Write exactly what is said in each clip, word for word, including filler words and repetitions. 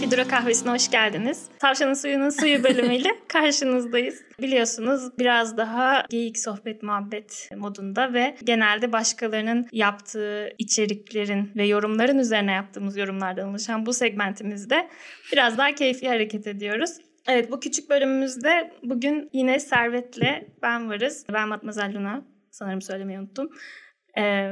Fidro Kahvesi'ne hoş geldiniz. Tavşanın suyunun suyu bölümüyle karşınızdayız. Biliyorsunuz biraz daha geyik, sohbet, muhabbet modunda ve genelde başkalarının yaptığı içeriklerin ve yorumların üzerine yaptığımız yorumlardan oluşan bu segmentimizde biraz daha keyfi hareket ediyoruz. Evet, bu küçük bölümümüzde bugün yine Servet'le ben varız. Ben Matmazel Luna. Sanırım söylemeyi unuttum. Ee,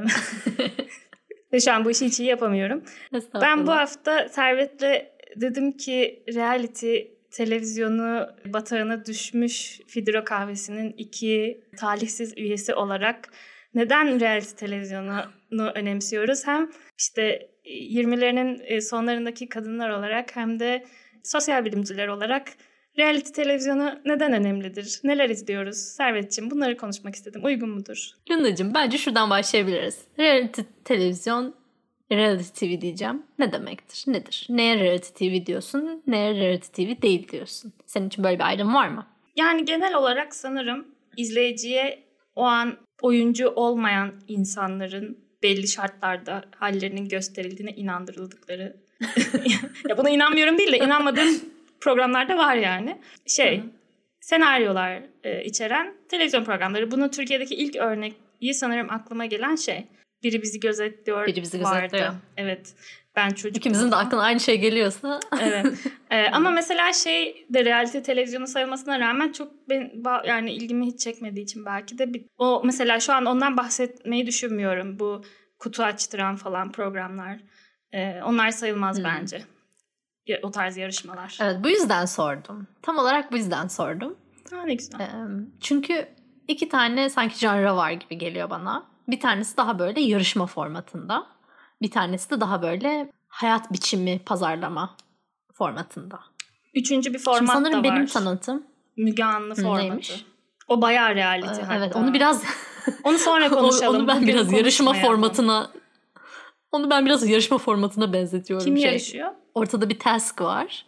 ve şu an bu işi hiç iyi yapamıyorum. Ben bu hafta Servet'le dedim ki reality televizyonu batağına düşmüş Fidro Kahvesi'nin iki talihsiz üyesi olarak neden reality televizyonunu önemsiyoruz? Hem işte yirmilerinin sonlarındaki kadınlar olarak hem de sosyal bilimciler olarak reality televizyonu neden önemlidir? Neler izliyoruz? Servetciğim, bunları konuşmak istedim. Uygun mudur? Lunacığım, bence şuradan başlayabiliriz. Reality televizyon, reality T V diyeceğim. Ne demektir? Nedir? Neye reality T V diyorsun? Neye reality T V değil diyorsun? Senin için böyle bir ayrım var mı? Yani genel olarak sanırım izleyiciye o an oyuncu olmayan insanların belli şartlarda hallerinin gösterildiğine inandırıldıkları. Ya buna inanmıyorum değil de inanmadığım programlarda var yani. Şey, Hı-hı. senaryolar e, içeren televizyon programları. Bunun Türkiye'deki ilk örneği sanırım aklıma gelen şey. Biri bizi gözetliyor. Biri bizi gözetliyor. Vardı. Evet. Ben çocuk. İkimizin de aklına aynı şey geliyorsa. Evet. Ee, ama mesela şey de reality televizyonu sayılmasına rağmen çok ben yani ilgimi hiç çekmediği için belki de bir, o mesela şu an ondan bahsetmeyi düşünmüyorum. Bu kutu açtıran falan programlar. Ee, onlar sayılmaz hmm. bence. O tarz yarışmalar. Evet, bu yüzden sordum. Tam olarak bu yüzden sordum. Ha, ne güzel. Ee, çünkü iki tane sanki janra var gibi geliyor bana. Bir tanesi daha böyle yarışma formatında. Bir tanesi de daha böyle hayat biçimi pazarlama formatında. Üçüncü bir format Şimdi sanırım da var. Sanırım benim tanıtım. Müge Anlı formatı. Neymiş? O bayağı reality ee, hatta. Evet, onu biraz... onu sonra konuşalım. onu ben Bugün biraz yarışma formatına... Onu ben biraz yarışma formatına benzetiyorum. Kim şey, yarışıyor? Ortada bir task var.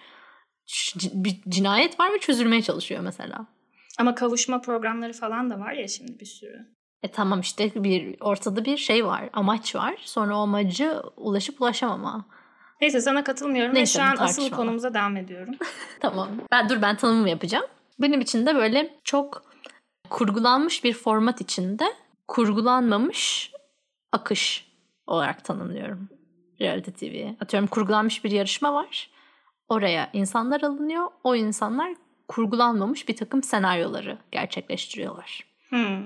Bir cinayet var ve çözülmeye çalışıyor mesela. Ama kavuşma programları falan da var ya şimdi bir sürü. E tamam işte bir ortada bir şey var, amaç var. Sonra o amacı ulaşıp ulaşamama. Neyse sana katılmıyorum Neyse, ve şu an asıl konumuza devam ediyorum. Tamam. Ben dur ben tanımımı yapacağım. Benim için de böyle çok kurgulanmış bir format içinde kurgulanmamış akış olarak tanımlıyorum reality T V'ye. Atıyorum kurgulanmış bir yarışma var. Oraya insanlar alınıyor. O insanlar kurgulanmamış bir takım senaryoları gerçekleştiriyorlar. Hmm.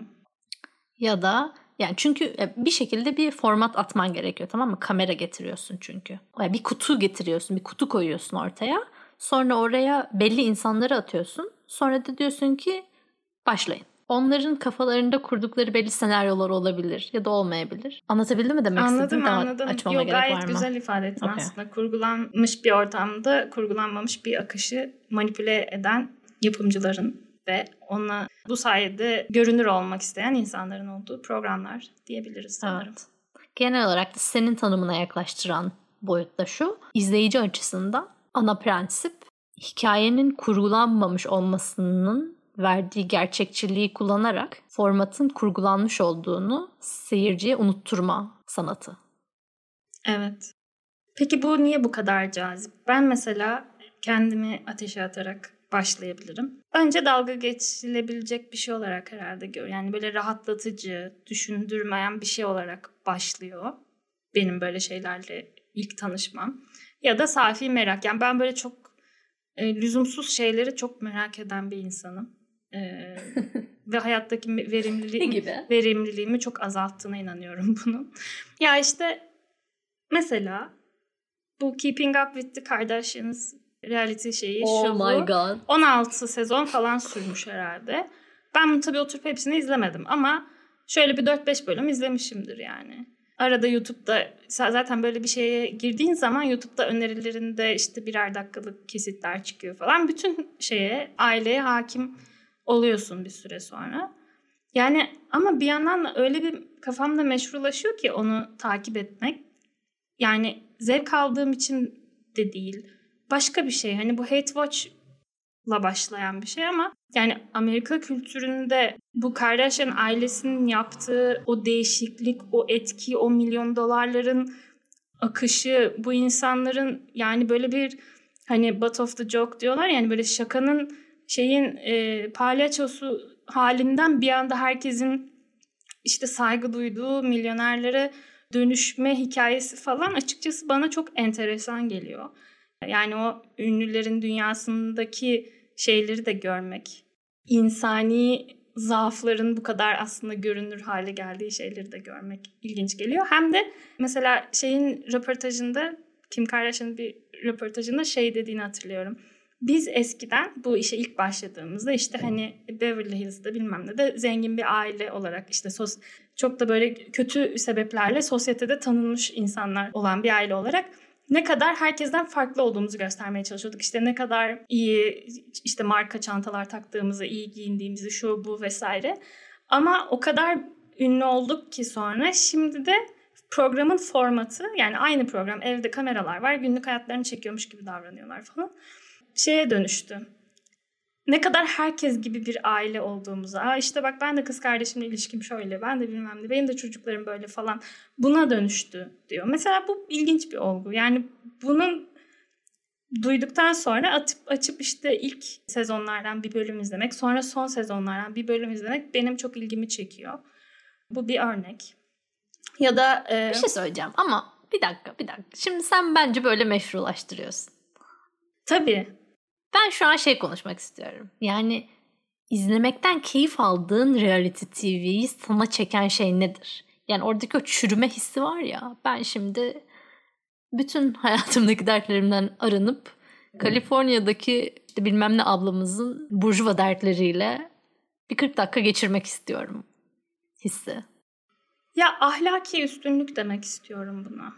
Ya da yani çünkü bir şekilde bir format atman gerekiyor, tamam mı? Kamera getiriyorsun çünkü. Yani bir kutu getiriyorsun, bir kutu koyuyorsun ortaya. Sonra oraya belli insanları atıyorsun. Sonra da diyorsun ki başlayın. Onların kafalarında kurdukları belli senaryolar olabilir ya da olmayabilir. Anlatabildim mi demek anladım, istedim? Anladım anladım. Yok, gayet güzel ifade ettin okay. aslında. Kurgulanmış bir ortamda kurgulanmamış bir akışı manipüle eden yapımcıların ve ona bu sayede görünür olmak isteyen insanların olduğu programlar diyebiliriz sanırım. Evet. Genel olarak da senin tanımına yaklaştıran boyut da şu. İzleyici açısından ana prensip hikayenin kurgulanmamış olmasının verdiği gerçekçiliği kullanarak formatın kurgulanmış olduğunu seyirciye unutturma sanatı. Evet. Peki bu niye bu kadar cazip? Ben mesela kendimi ateşe atarak başlayabilirim. Önce dalga geçilebilecek bir şey olarak herhalde görüyorum. Yani böyle rahatlatıcı, düşündürmeyen bir şey olarak başlıyor. Benim böyle şeylerle ilk tanışmam. Ya da safi merak. Yani ben böyle çok e, lüzumsuz şeyleri çok merak eden bir insanım. Ee, ve hayattaki verimliliğimi, verimliliğimi çok azalttığına inanıyorum bunun. Ya işte mesela bu Keeping Up with the Kardashians reality şeyi oh şu my God. on altı sezon falan sürmüş herhalde. Ben bunu tabii oturup hepsini izlemedim ama şöyle bir dört beş bölüm izlemişimdir yani. Arada YouTube'da zaten böyle bir şeye girdiğin zaman YouTube'da önerilerinde işte birer dakikalık kesitler çıkıyor falan. Bütün şeye, aileye hakim oluyorsun bir süre sonra. Yani ama bir yandan öyle bir kafamda meşrulaşıyor ki onu takip etmek. Yani zevk aldığım için de değil. Başka bir şey. Hani bu hate watch'la başlayan bir şey ama yani Amerika kültüründe bu Kardashian ailesinin yaptığı o değişiklik, o etki, o milyon dolarların akışı, bu insanların yani böyle bir hani butt of the joke diyorlar, yani böyle şakanın şeyin e, palyaçosu halinden bir anda herkesin işte saygı duyduğu milyonerlere dönüşme hikayesi falan açıkçası bana çok enteresan geliyor. Yani o ünlülerin dünyasındaki şeyleri de görmek, insani zaafların bu kadar aslında görünür hale geldiği şeyleri de görmek ilginç geliyor. Hem de mesela şeyin röportajında, Kim Kardashian'ın bir röportajında şey dediğini hatırlıyorum. Biz eskiden bu işe ilk başladığımızda işte hani Beverly Hills'de bilmem ne de zengin bir aile olarak işte sos- çok da böyle kötü sebeplerle sosyetede tanınmış insanlar olan bir aile olarak ne kadar herkesten farklı olduğumuzu göstermeye çalışıyorduk. İşte ne kadar iyi işte marka çantalar taktığımızı, iyi giyindiğimizi, şu bu vesaire. Ama o kadar ünlü olduk ki sonra şimdi de programın formatı, yani aynı program, evde kameralar var, günlük hayatlarını çekiyormuş gibi davranıyorlar falan. Şeye dönüştü. Ne kadar herkes gibi bir aile olduğumuza, Aa işte bak ben de kız kardeşimle ilişkim şöyle, ben de bilmem ne, benim de çocuklarım böyle falan, buna dönüştü diyor. Mesela bu ilginç bir olgu. Yani bunun duyduktan sonra atıp açıp işte ilk sezonlardan bir bölüm izlemek, sonra son sezonlardan bir bölüm izlemek benim çok ilgimi çekiyor. Bu bir örnek. Ya da e... bir şey söyleyeceğim ama bir dakika bir dakika. Şimdi sen bence böyle meşrulaştırıyorsun. Tabii. Ben şu an şey konuşmak istiyorum. Yani izlemekten keyif aldığın reality T V'yi sana çeken şey nedir? Yani oradaki o çürüme hissi var ya. Ben şimdi bütün hayatımdaki dertlerimden arınıp Kaliforniya'daki işte bilmem ne ablamızın burjuva dertleriyle bir kırk dakika geçirmek istiyorum hissi. Ya ahlaki üstünlük demek istiyorum buna.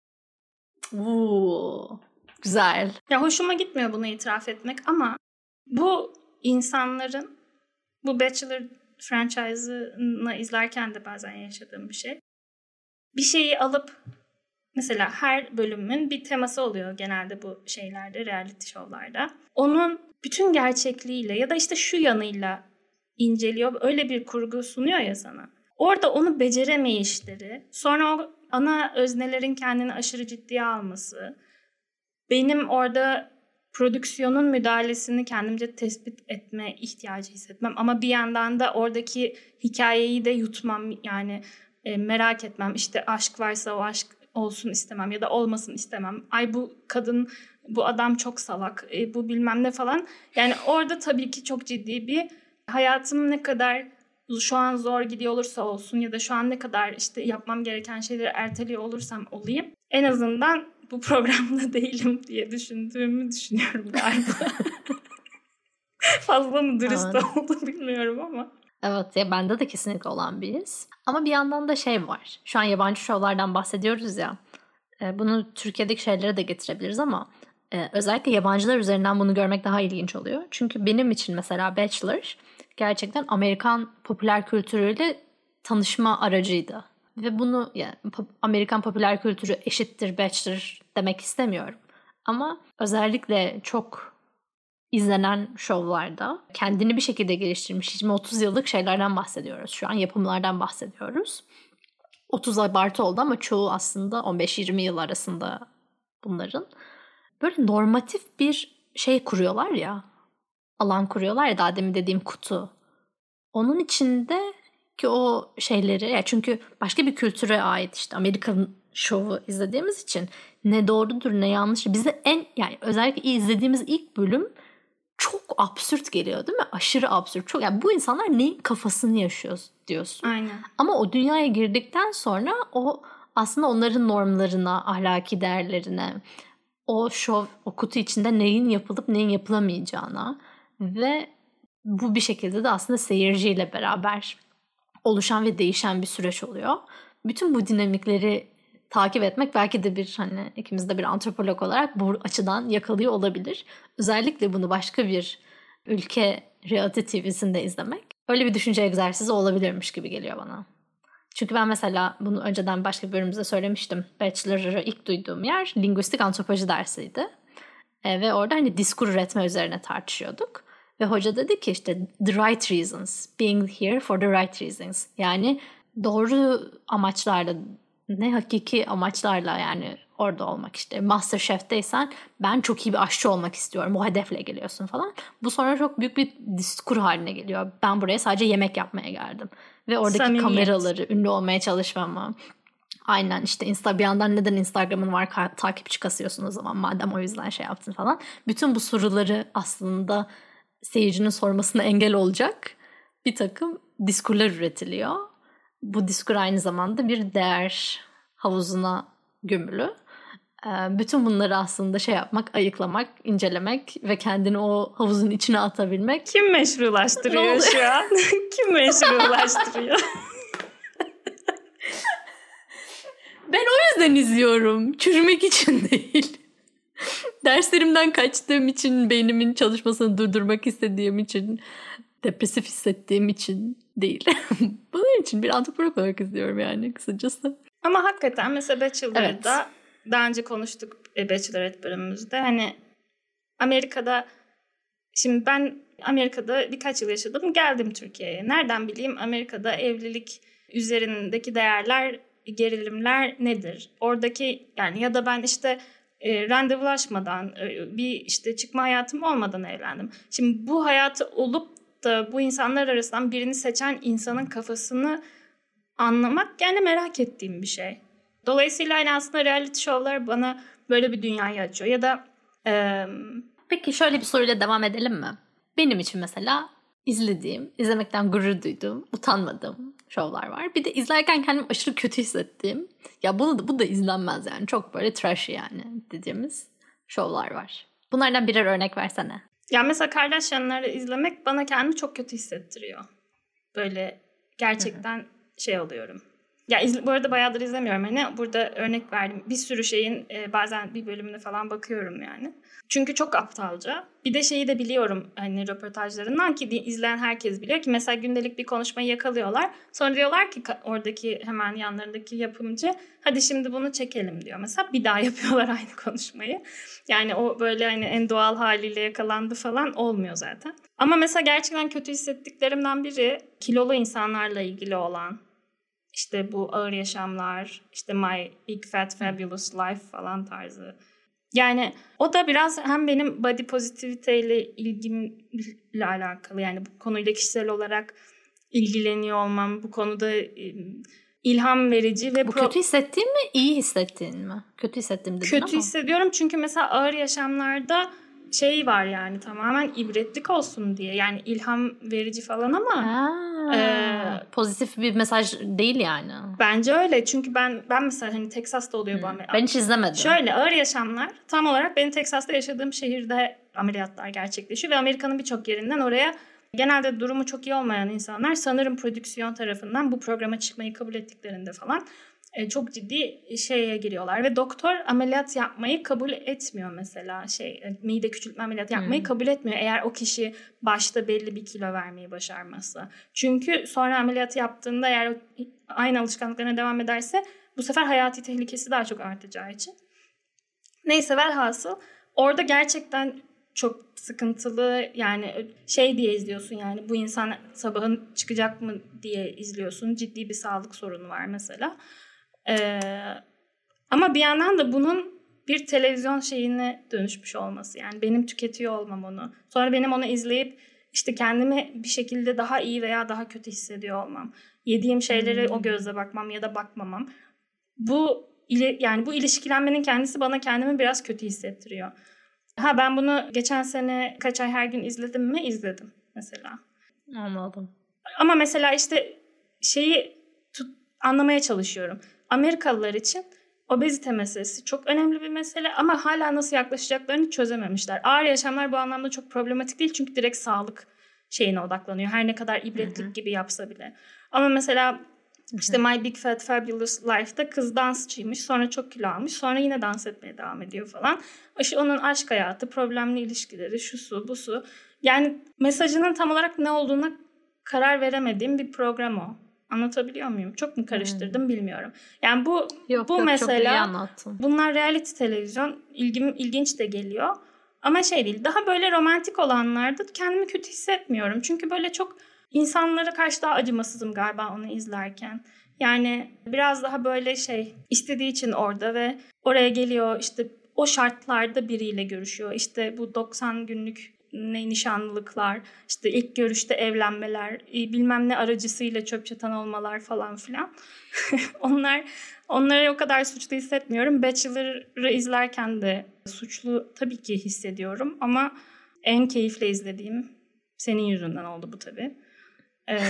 Uuu, güzel. Ya hoşuma gitmiyor bunu itiraf etmek ama bu insanların, bu Bachelor franchise'ını izlerken de bazen yaşadığım bir şey. Bir şeyi alıp mesela her bölümün bir teması oluyor genelde bu şeylerde, reality show'larda. Onun bütün gerçekliğiyle ya da işte şu yanıyla inceliyor. Öyle bir kurgu sunuyor ya sana. Orada onu beceremeyişleri, sonra o ana öznelerin kendini aşırı ciddiye alması, benim orada prodüksiyonun müdahalesini kendimce tespit etme ihtiyacı hissetmem. Ama bir yandan da oradaki hikayeyi de yutmam, yani e, merak etmem. İşte aşk varsa o aşk olsun istemem ya da olmasın istemem. Ay bu kadın, bu adam çok salak, e, bu bilmem ne falan. Yani orada tabii ki çok ciddi bir hayatım ne kadar şu an zor gidiyor olursa olsun ya da şu an ne kadar işte yapmam gereken şeyleri erteliyor olursam olayım, en azından bu programda değilim diye düşündüğümü düşünüyorum galiba. Fazla mı dürüst evet. oldu bilmiyorum ama. Evet ya, bende de kesinlikle olan bir his. Ama bir yandan da şey var. Şu an yabancı şovlardan bahsediyoruz ya. Bunu Türkiye'deki şeylere de getirebiliriz ama özellikle yabancılar üzerinden bunu görmek daha ilginç oluyor. Çünkü benim için mesela Bachelor gerçekten Amerikan popüler kültürüyle tanışma aracıydı. Ve bunu yani Amerikan popüler kültürü eşittir Bachelor demek istemiyorum. Ama özellikle çok izlenen şovlarda kendini bir şekilde geliştirmiş yirmi otuz yıllık şeylerden bahsediyoruz. Şu an yapımlardan bahsediyoruz. otuz abartı oldu ama çoğu aslında on beş yirmi yıl arasında bunların. Böyle normatif bir şey kuruyorlar ya. Alan kuruyorlar ya, daha demin dediğim kutu. Onun içinde ki o şeyleri, ya çünkü başka bir kültüre ait işte Amerikan şovu izlediğimiz için ne doğrudur ne yanlış. Bize en yani özellikle izlediğimiz ilk bölüm çok absürt geliyor değil mi? Aşırı absürt. Çok, yani bu insanlar neyin kafasını yaşıyor diyorsun. Aynen. Ama o dünyaya girdikten sonra o aslında onların normlarına, ahlaki değerlerine, o şov, o kutu içinde neyin yapılıp neyin yapılamayacağına ve bu bir şekilde de aslında seyirciyle beraber oluşan ve değişen bir süreç oluyor. Bütün bu dinamikleri takip etmek belki de bir hani ikimiz de bir antropolog olarak bu açıdan yakalıyor olabilir. Özellikle bunu başka bir ülke reality T V'sinde izlemek öyle bir düşünce egzersizi olabilirmiş gibi geliyor bana. Çünkü ben mesela bunu önceden başka bir bölümümüzde söylemiştim. Bachelor'ı ilk duyduğum yer lingüistik antropoloji dersiydi. E, ve orada hani diskur üretme üzerine tartışıyorduk. Ve hoca dedi ki işte the right reasons, being here for the right reasons. Yani doğru amaçlarla ne hakiki amaçlarla yani orada olmak işte. MasterChef'teysen ben çok iyi bir aşçı olmak istiyorum. O hedefle geliyorsun falan. Bu sonra çok büyük bir diskur haline geliyor. Ben buraya sadece yemek yapmaya geldim. Ve oradaki Samimiyet. Kameraları, ünlü olmaya çalışmamı. Aynen işte Insta, bir yandan neden Instagram'ın var takipçi kasıyorsun o zaman madem o yüzden şey yaptın falan. Bütün bu soruları aslında seyircinin sormasına engel olacak bir takım diskurlar üretiliyor. Bu diskur aynı zamanda bir değer havuzuna gömülü. Bütün bunları aslında şey yapmak, ayıklamak, incelemek ve kendini o havuzun içine atabilmek. Kim meşrulaştırıyor şu an? Kim meşrulaştırıyor? Ben o yüzden izliyorum. Çürümek için değil. Derslerimden kaçtığım için, beynimin çalışmasını durdurmak istediğim için, depresif hissettiğim için değil. Bunun için bir antropolog olarak izliyorum yani kısacası. Ama hakikaten mesela Bachelor'da evet. Daha önce konuştuk Bachelorette bölümümüzde. Hani Amerika'da, şimdi ben Amerika'da birkaç yıl yaşadım, geldim Türkiye'ye. Nereden bileyim Amerika'da evlilik üzerindeki değerler, gerilimler nedir? Oradaki yani ya da ben işte e, randevulaşmadan e, bir işte çıkma hayatım olmadan evlendim. Şimdi bu hayatı olup da bu insanlar arasından birini seçen insanın kafasını anlamak yani merak ettiğim bir şey. Dolayısıyla yani aslında reality show'lar bana böyle bir dünyayı açıyor. Ya da e... Peki şöyle bir soruyla devam edelim mi? Benim için mesela izlediğim, izlemekten gurur duyduğum, utanmadığım şovlar var. Bir de izlerken kendimi aşırı kötü hissettiğim, ya bunu da, bu da izlenmez yani. Çok böyle trashy yani dediğimiz şovlar var. Bunlardan birer örnek versene. Ya mesela Kardashian'ları izlemek bana kendimi çok kötü hissettiriyor. Böyle gerçekten Hı-hı. şey oluyorum. Ya iz, bu arada bayağıdır izlemiyorum. Hani burada örnek verdim. Bir sürü şeyin e, bazen bir bölümüne falan bakıyorum yani. Çünkü çok aptalca. Bir de şeyi de biliyorum hani röportajlarından ki izleyen herkes biliyor ki mesela gündelik bir konuşmayı yakalıyorlar. Sonra diyorlar ki oradaki hemen yanlarındaki yapımcı hadi şimdi bunu çekelim diyor. Mesela bir daha yapıyorlar aynı konuşmayı. Yani o böyle hani en doğal haliyle yakalandı falan olmuyor zaten. Ama mesela gerçekten kötü hissettiklerimden biri kilolu insanlarla ilgili olan. İşte bu ağır yaşamlar, işte My Big Fat Fabulous Life falan tarzı. Yani o da biraz hem benim body positiviteyle ilgimle alakalı. Yani bu konuyla kişisel olarak ilgileniyor olmam, bu konuda ilham verici ve bu pro- kötü hissettiğin mi, iyi hissettiğin mi? Kötü hissettiğim dedin kötü ama. Kötü hissediyorum çünkü mesela ağır yaşamlarda şey var yani tamamen ibretlik olsun diye. Yani ilham verici falan ama Aa, e, pozitif bir mesaj değil yani. Bence öyle. Çünkü ben ben mesela hani Teksas'ta oluyor hmm. bu ameliyat. Ben hiç izlemedim. Şöyle ağır yaşamlar tam olarak benim Teksas'ta yaşadığım şehirde ameliyatlar gerçekleşiyor ve Amerika'nın birçok yerinden oraya genelde durumu çok iyi olmayan insanlar sanırım prodüksiyon tarafından bu programa çıkmayı kabul ettiklerinde falan çok ciddi şeye giriyorlar ve doktor ameliyat yapmayı kabul etmiyor mesela şey mide küçültme ameliyatı yapmayı hmm. kabul etmiyor eğer o kişi başta belli bir kilo vermeyi başarmazsa. Çünkü sonra ameliyatı yaptığında eğer aynı alışkanlıklarına devam ederse bu sefer hayati tehlikesi daha çok artacağı için. Neyse velhasıl orada gerçekten çok sıkıntılı yani şey diye izliyorsun yani bu insan sabahın çıkacak mı diye izliyorsun. Ciddi bir sağlık sorunu var mesela. Ee, ama bir yandan da bunun bir televizyon şeyine dönüşmüş olması yani benim tüketiyor olmam onu sonra benim onu izleyip işte kendimi bir şekilde daha iyi veya daha kötü hissediyor olmam yediğim şeylere hmm. o gözle bakmam ya da bakmamam bu ili, yani bu ilişkilenmenin kendisi bana kendimi biraz kötü hissettiriyor. Ha ben bunu geçen sene kaç ay her gün izledim mi? İzledim mesela. Anladım. Ama mesela işte şeyi tut, anlamaya çalışıyorum. Amerikalılar için obezite meselesi çok önemli bir mesele ama hala nasıl yaklaşacaklarını çözememişler. Ağır yaşamlar bu anlamda çok problematik değil çünkü direkt sağlık şeyine odaklanıyor. Her ne kadar ibretlik Hı-hı. gibi yapsa bile. Ama mesela Hı-hı. işte My Big Fat Fabulous Life'da kız dansçıymış, sonra çok kilo almış, sonra yine dans etmeye devam ediyor falan. İşte onun aşk hayatı, problemli ilişkileri, şu su, bu su. Yani mesajının tam olarak ne olduğuna karar veremediğim bir program o. Anlatabiliyor muyum? Çok mu karıştırdım hmm. bilmiyorum. Yani bu yok, bu yok, mesela bunlar reality televizyon ilgim ilginç de geliyor. Ama şey değil. Daha böyle romantik olanlarda kendimi kötü hissetmiyorum. Çünkü böyle çok İnsanlara karşı daha acımasızım galiba onu izlerken. Yani biraz daha böyle şey, istediği için orada ve oraya geliyor, işte o şartlarda biriyle görüşüyor. İşte bu doksan günlük ne nişanlılıklar, işte ilk görüşte evlenmeler, bilmem ne aracısıyla çöp çatan olmalar falan filan. Onlar onları o kadar suçlu hissetmiyorum. Bachelor'ı izlerken de suçlu tabii ki hissediyorum ama en keyifle izlediğim senin yüzünden oldu bu tabii. Ee,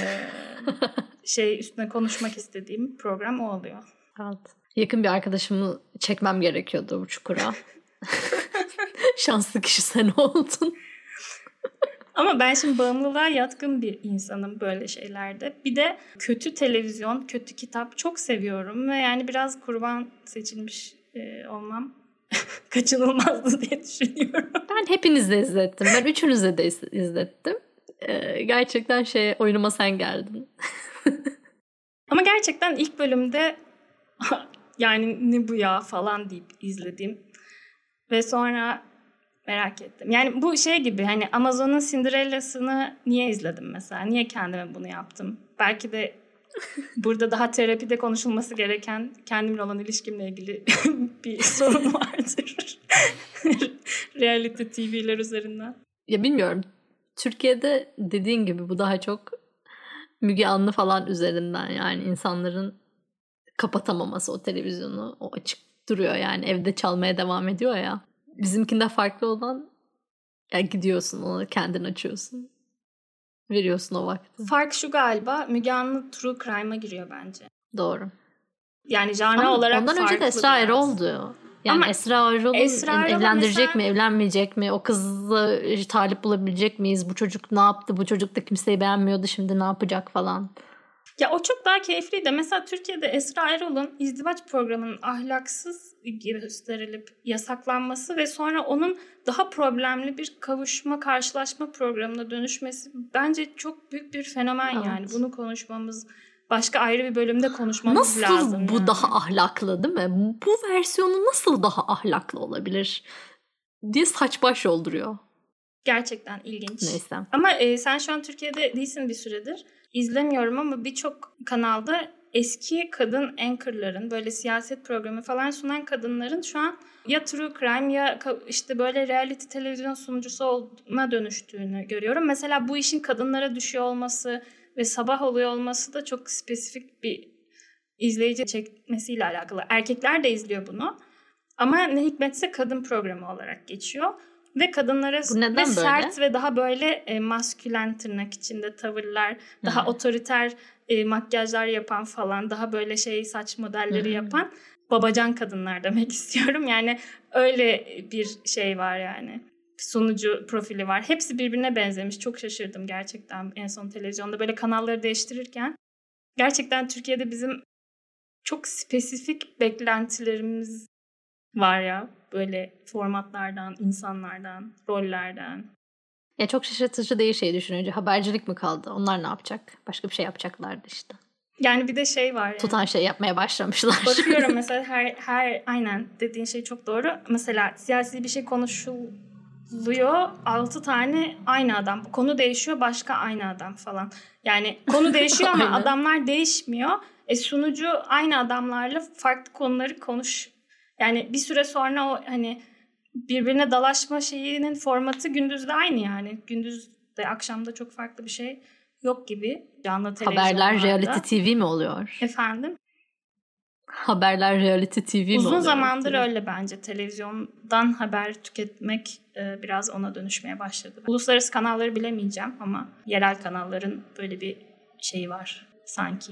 şey üstüne konuşmak istediğim program o oluyor. Evet. Yakın bir arkadaşımı çekmem gerekiyordu bu çukura. Şanslı kişi sen oldun. Ama ben şimdi bağımlılığa yatkın bir insanım böyle şeylerde. Bir de kötü televizyon, kötü kitap çok seviyorum ve yani biraz kurban seçilmiş e, olmam kaçınılmazdı diye düşünüyorum. Ben hepinizi izlettim. Ben üçünüzü de izlettim. Ee, gerçekten şey oyunuma sen geldin. Ama gerçekten ilk bölümde yani ne bu ya falan deyip izledim. Ve sonra merak ettim. Yani bu şey gibi, hani Amazon'un Cinderella'sını niye izledim mesela? Niye kendime bunu yaptım? Belki de burada daha terapide konuşulması gereken kendimle olan ilişkimle ilgili bir sorun vardır. Reality T V'ler üzerinden. Ya bilmiyorum. Türkiye'de dediğin gibi bu daha çok Müge Anlı falan üzerinden, yani insanların kapatamaması o televizyonu, o açık duruyor yani evde çalmaya devam ediyor ya. Bizimkinde farklı olan, ya gidiyorsun onu kendin açıyorsun. Veriyorsun o vakti. Fark şu galiba, Müge Anlı True Crime'a giriyor bence. Doğru. Yani janra Ama olarak ondan farklı. Ondan önce de Esra Erol'du. Yani Ama Esra Erol'u evlendirecek mesela... mi, evlenmeyecek mi? O kızla talip bulabilecek miyiz? Bu çocuk ne yaptı? Bu çocuk da kimseyi beğenmiyordu. Şimdi ne yapacak falan. Ya o çok daha keyifliydi. Mesela Türkiye'de Esra Erol'un izdivaç programının ahlaksız gösterilip yasaklanması ve sonra onun daha problemli bir kavuşma, karşılaşma programına dönüşmesi bence çok büyük bir fenomen. Evet. Yani. Bunu konuşmamız, başka ayrı bir bölümde konuşmamız nasıl lazım. Nasıl bu yani. daha ahlaklı değil mi? Bu versiyonu nasıl daha ahlaklı olabilir diye saç baş yolduruyor. Gerçekten ilginç. Neyse. Ama e, sen şu an Türkiye'de değilsin bir süredir. İzlemiyorum ama birçok kanalda eski kadın anchor'ların, böyle siyaset programı falan sunan kadınların şu an ya true crime ya işte böyle reality televizyon sunucusu olma dönüştüğünü görüyorum. Mesela bu işin kadınlara düşüyor olması ve sabah oluyor olması da çok spesifik bir izleyici çekmesiyle alakalı. Erkekler de izliyor bunu ama ne hikmetse kadın programı olarak geçiyor. Ve kadınlara ve sert ve daha böyle e, maskülen tırnak içinde tavırlar, daha hmm. otoriter e, makyajlar yapan falan, daha böyle şey saç modelleri hmm. yapan babacan kadınlar demek istiyorum. Yani öyle bir şey var yani. Sunucu profili var. Hepsi birbirine benzemiş. Çok şaşırdım gerçekten en son televizyonda böyle kanalları değiştirirken. Gerçekten Türkiye'de bizim çok spesifik beklentilerimiz var ya. Böyle formatlardan, insanlardan, rollerden. Ya çok şaşırtıcı değil şey düşününce. Habercilik mi kaldı? Onlar ne yapacak? Başka bir şey yapacaklardı işte. Yani bir de şey var. Yani. Tutan şey yapmaya başlamışlar. Bakıyorum mesela her her aynen dediğin şey çok doğru. Mesela siyasi bir şey konuşuluyor. Altı tane aynı adam. Konu değişiyor, başka aynı adam falan. Yani konu değişiyor ama adamlar değişmiyor. E sunucu aynı adamlarla farklı konuları konuş. Yani bir süre sonra o hani birbirine dalaşma şeyinin formatı gündüzde aynı yani. Gündüzde akşamda çok farklı bir şey yok gibi. Canlı televizyonlarda. Haberler reality T V mi oluyor? Efendim? Haberler reality T V mi oluyor? Uzun zamandır öyle bence. Televizyondan haber tüketmek e, biraz ona dönüşmeye başladı. Uluslararası kanalları bilemeyeceğim ama yerel kanalların böyle bir şeyi var sanki.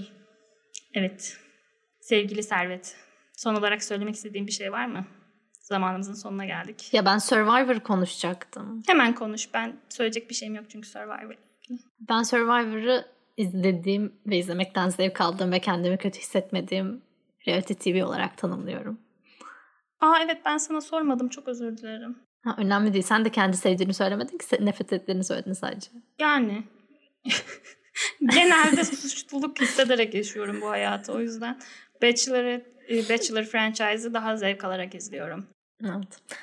Evet. Sevgili Servet. Son olarak söylemek istediğin bir şey var mı? Zamanımızın sonuna geldik. Ya ben Survivor konuşacaktım. Hemen konuş. Ben söyleyecek bir şeyim yok çünkü Survivor. Ben Survivor'ı izlediğim ve izlemekten zevk aldığım ve kendimi kötü hissetmediğim reality T V olarak tanımlıyorum. Aa evet, ben sana sormadım. Çok özür dilerim. Ha, önemli değil. Sen de kendi sevdiğini söylemedin ki. Nefret ettiğini söyledin sadece. Yani. Genelde suçluluk hissederek yaşıyorum bu hayatı. O yüzden Bachelor'ı Bachelor franchise'ı daha zevk alarak izliyorum. Evet.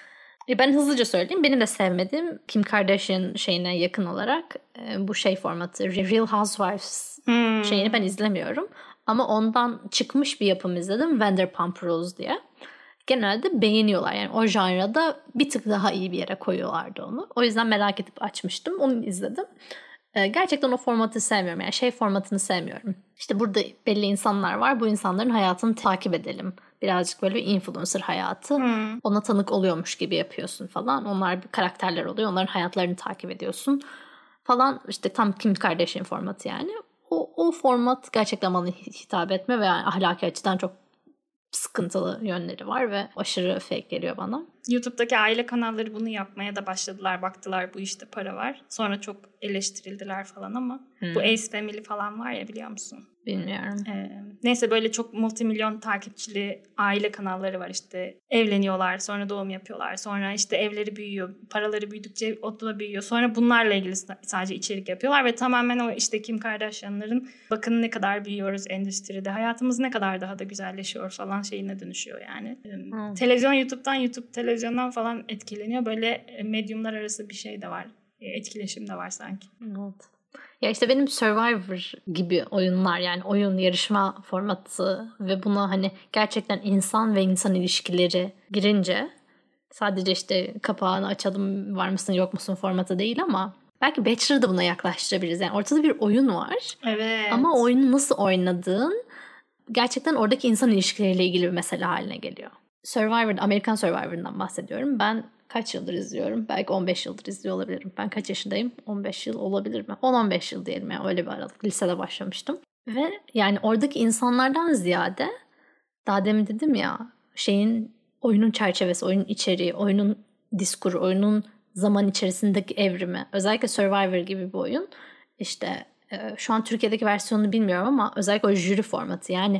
E ben hızlıca söyleyeyim. Benim de sevmediğim Kim Kardashian şeyine yakın olarak e, bu şey formatı Real Housewives hmm. şeyini ben izlemiyorum. Ama ondan çıkmış bir yapım izledim. Vanderpump Rules diye. Genelde beğeniyorlar. Yani o janrada bir tık daha iyi bir yere koyuyorlardı onu. O yüzden merak edip açmıştım. Onu izledim. Ee, gerçekten o formatı sevmiyorum. Yani şey formatını sevmiyorum. İşte burada belli insanlar var. Bu insanların hayatını takip edelim. Birazcık böyle bir influencer hayatı. Hmm. Ona tanık oluyormuş gibi yapıyorsun falan. Onlar bir karakterler oluyor. Onların hayatlarını takip ediyorsun falan. İşte tam Kim Kardashian formatı yani. O, o format gerçekten bana hitap etme ve yani ahlaki açıdan çok sıkıntılı yönleri var ve aşırı fake geliyor bana. YouTube'daki aile kanalları bunu yapmaya da başladılar. Baktılar bu işte para var. Sonra çok eleştirildiler falan ama hmm. bu Ace Family falan var ya, biliyor musun? Bilmiyorum. Ee, neyse böyle çok multimilyon takipçili aile kanalları var işte. Evleniyorlar, sonra doğum yapıyorlar. Sonra işte evleri büyüyor. Paraları büyüdükçe o da büyüyor. Sonra bunlarla ilgili sadece içerik yapıyorlar ve tamamen o işte Kim Kardashian'ların bakın ne kadar büyüyoruz endüstride. Hayatımız ne kadar daha da güzelleşiyor falan şeyine dönüşüyor yani. Hmm. Televizyon YouTube'dan, YouTube televizyondan falan etkileniyor. Böyle medyumlar arası bir şey de var. Etkileşim de var sanki. Evet. Ya işte benim Survivor gibi oyunlar, yani oyun yarışma formatı ve buna hani gerçekten insan ve insan ilişkileri girince sadece işte kapağını açalım var mısın yok musun formatı değil ama belki Bachelor'ı da buna yaklaştırabiliriz. Yani ortada bir oyun var. Evet. Ama oyunu nasıl oynadığın gerçekten oradaki insan ilişkileriyle ilgili bir mesele haline geliyor. Survivor, Amerikan Survivor'ından bahsediyorum. Ben kaç yıldır izliyorum? Belki on beş yıldır izliyor olabilirim. Ben kaç yaşındayım? on beş yıl olabilir mi? on on beş yıl diyelim yani, öyle bir aralık. Lisede başlamıştım. Ve yani oradaki insanlardan ziyade daha demin dedim ya, şeyin oyunun çerçevesi, oyunun içeriği, oyunun diskuru, oyunun zaman içerisindeki evrimi. Özellikle Survivor gibi bir oyun. İşte şu an Türkiye'deki versiyonunu bilmiyorum ama özellikle o jüri formatı, yani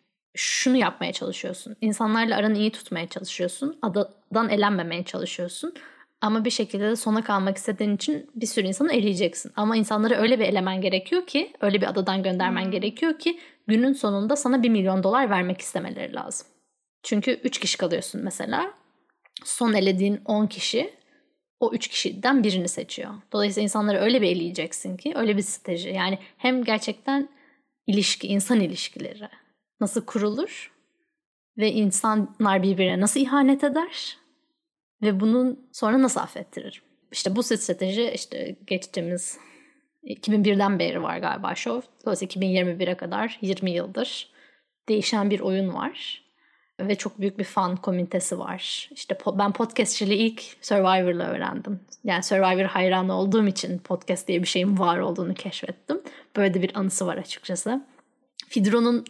şunu yapmaya çalışıyorsun. İnsanlarla aranı iyi tutmaya çalışıyorsun. Adadan elenmemeye çalışıyorsun. Ama bir şekilde de sona kalmak istediğin için bir sürü insanı eleyeceksin. Ama insanları öyle bir elemen gerekiyor ki, öyle bir adadan göndermen hmm. gerekiyor ki günün sonunda sana bir milyon dolar vermek istemeleri lazım. Çünkü üç kişi kalıyorsun mesela. Son elediğin on kişi o üç kişiden birini seçiyor. Dolayısıyla insanları öyle bir eleyeceksin ki, öyle bir strateji. Yani hem gerçekten ilişki, insan ilişkileri nasıl kurulur ve insanlar birbirine nasıl ihanet eder ve bunun sonra nasıl affettirir? İşte bu strateji işte geçtiğimiz iki bin birden beri var galiba show. Dolayısıyla iki bin yirmi bire kadar yirmi yıldır değişen bir oyun var. Ve çok büyük bir fan komünitesi var. İşte ben podcastçiliği ilk Survivor'la öğrendim. Yani Survivor hayranı olduğum için podcast diye bir şeyin var olduğunu keşfettim. Böyle de bir anısı var açıkçası. Fidro'nun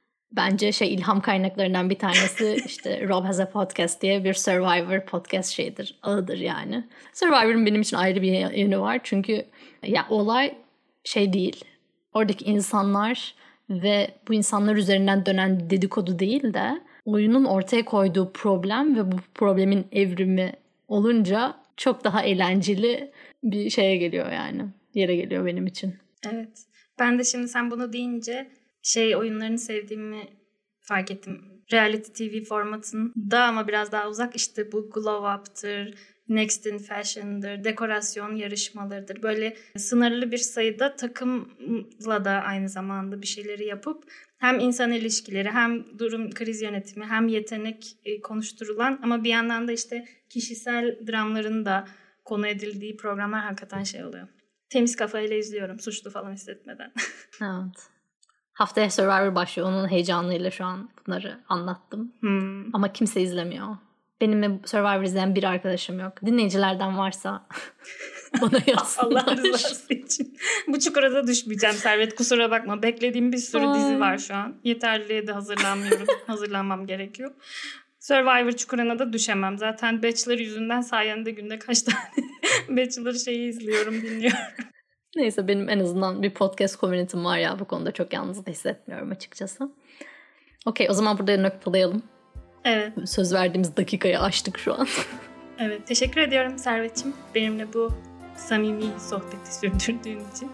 bence şey ilham kaynaklarından bir tanesi işte Rob Has a Podcast diye bir Survivor podcast şeyidir, ağıdır yani. Survivor'ın benim için ayrı bir yönü var. Çünkü ya olay şey değil. Oradaki insanlar ve bu insanlar üzerinden dönen dedikodu değil de oyunun ortaya koyduğu problem ve bu problemin evrimi olunca çok daha eğlenceli bir şeye geliyor yani. Yere geliyor benim için. Evet. Ben de şimdi sen bunu deyince şey oyunlarını sevdiğimi fark ettim. Reality T V formatında ama biraz daha uzak, işte bu Glow Up'tır, Next in Fashion'dır, dekorasyon yarışmalarıdır. Böyle sınırlı bir sayıda takımla da aynı zamanda bir şeyleri yapıp hem insan ilişkileri, hem durum kriz yönetimi, hem yetenek konuşturulan ama bir yandan da işte kişisel dramların da konu edildiği programlar hakikaten şey oluyor. Temiz kafayla izliyorum, suçlu falan hissetmeden. Evet. Haftaya Survivor başlıyor. Onun heyecanıyla şu an bunları anlattım. Hmm. Ama kimse izlemiyor. Benimle Survivor izleyen bir arkadaşım yok. Dinleyicilerden varsa bana yazsınlar. Allah rızası için. Bu çukura da düşmeyeceğim Servet. Kusura bakma. Beklediğim bir sürü Ay. dizi var şu an. Yeterliliğe de hazırlanmıyorum. Hazırlanmam gerekiyor. Survivor çukuruna da düşemem. Zaten Bachelor yüzünden sayende günde kaç tane Bachelor şeyi izliyorum, dinliyorum. Neyse, benim en azından bir podcast community'm var ya, bu konuda çok yalnız da hissetmiyorum açıkçası. Okey, o zaman burada noktalayalım. Evet. Söz verdiğimiz dakikayı aştık şu an. Evet, teşekkür ediyorum Servet'ciğim. Benimle bu samimi sohbeti sürdürdüğün için.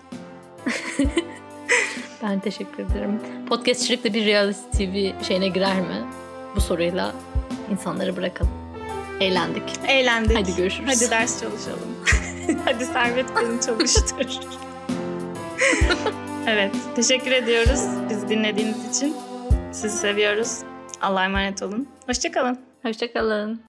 Ben teşekkür ederim. Podcastçilik de bir reality T V şeyine girer mi? Bu soruyla insanları bırakalım. Eğlendik. Eğlendik. Hadi görüşürüz. Hadi ders çalışalım. Hadi Servet beni çalıştır. Evet. Teşekkür ediyoruz bizi dinlediğiniz için. Sizi seviyoruz. Allah'a emanet olun. Hoşça kalın. Hoşça kalın.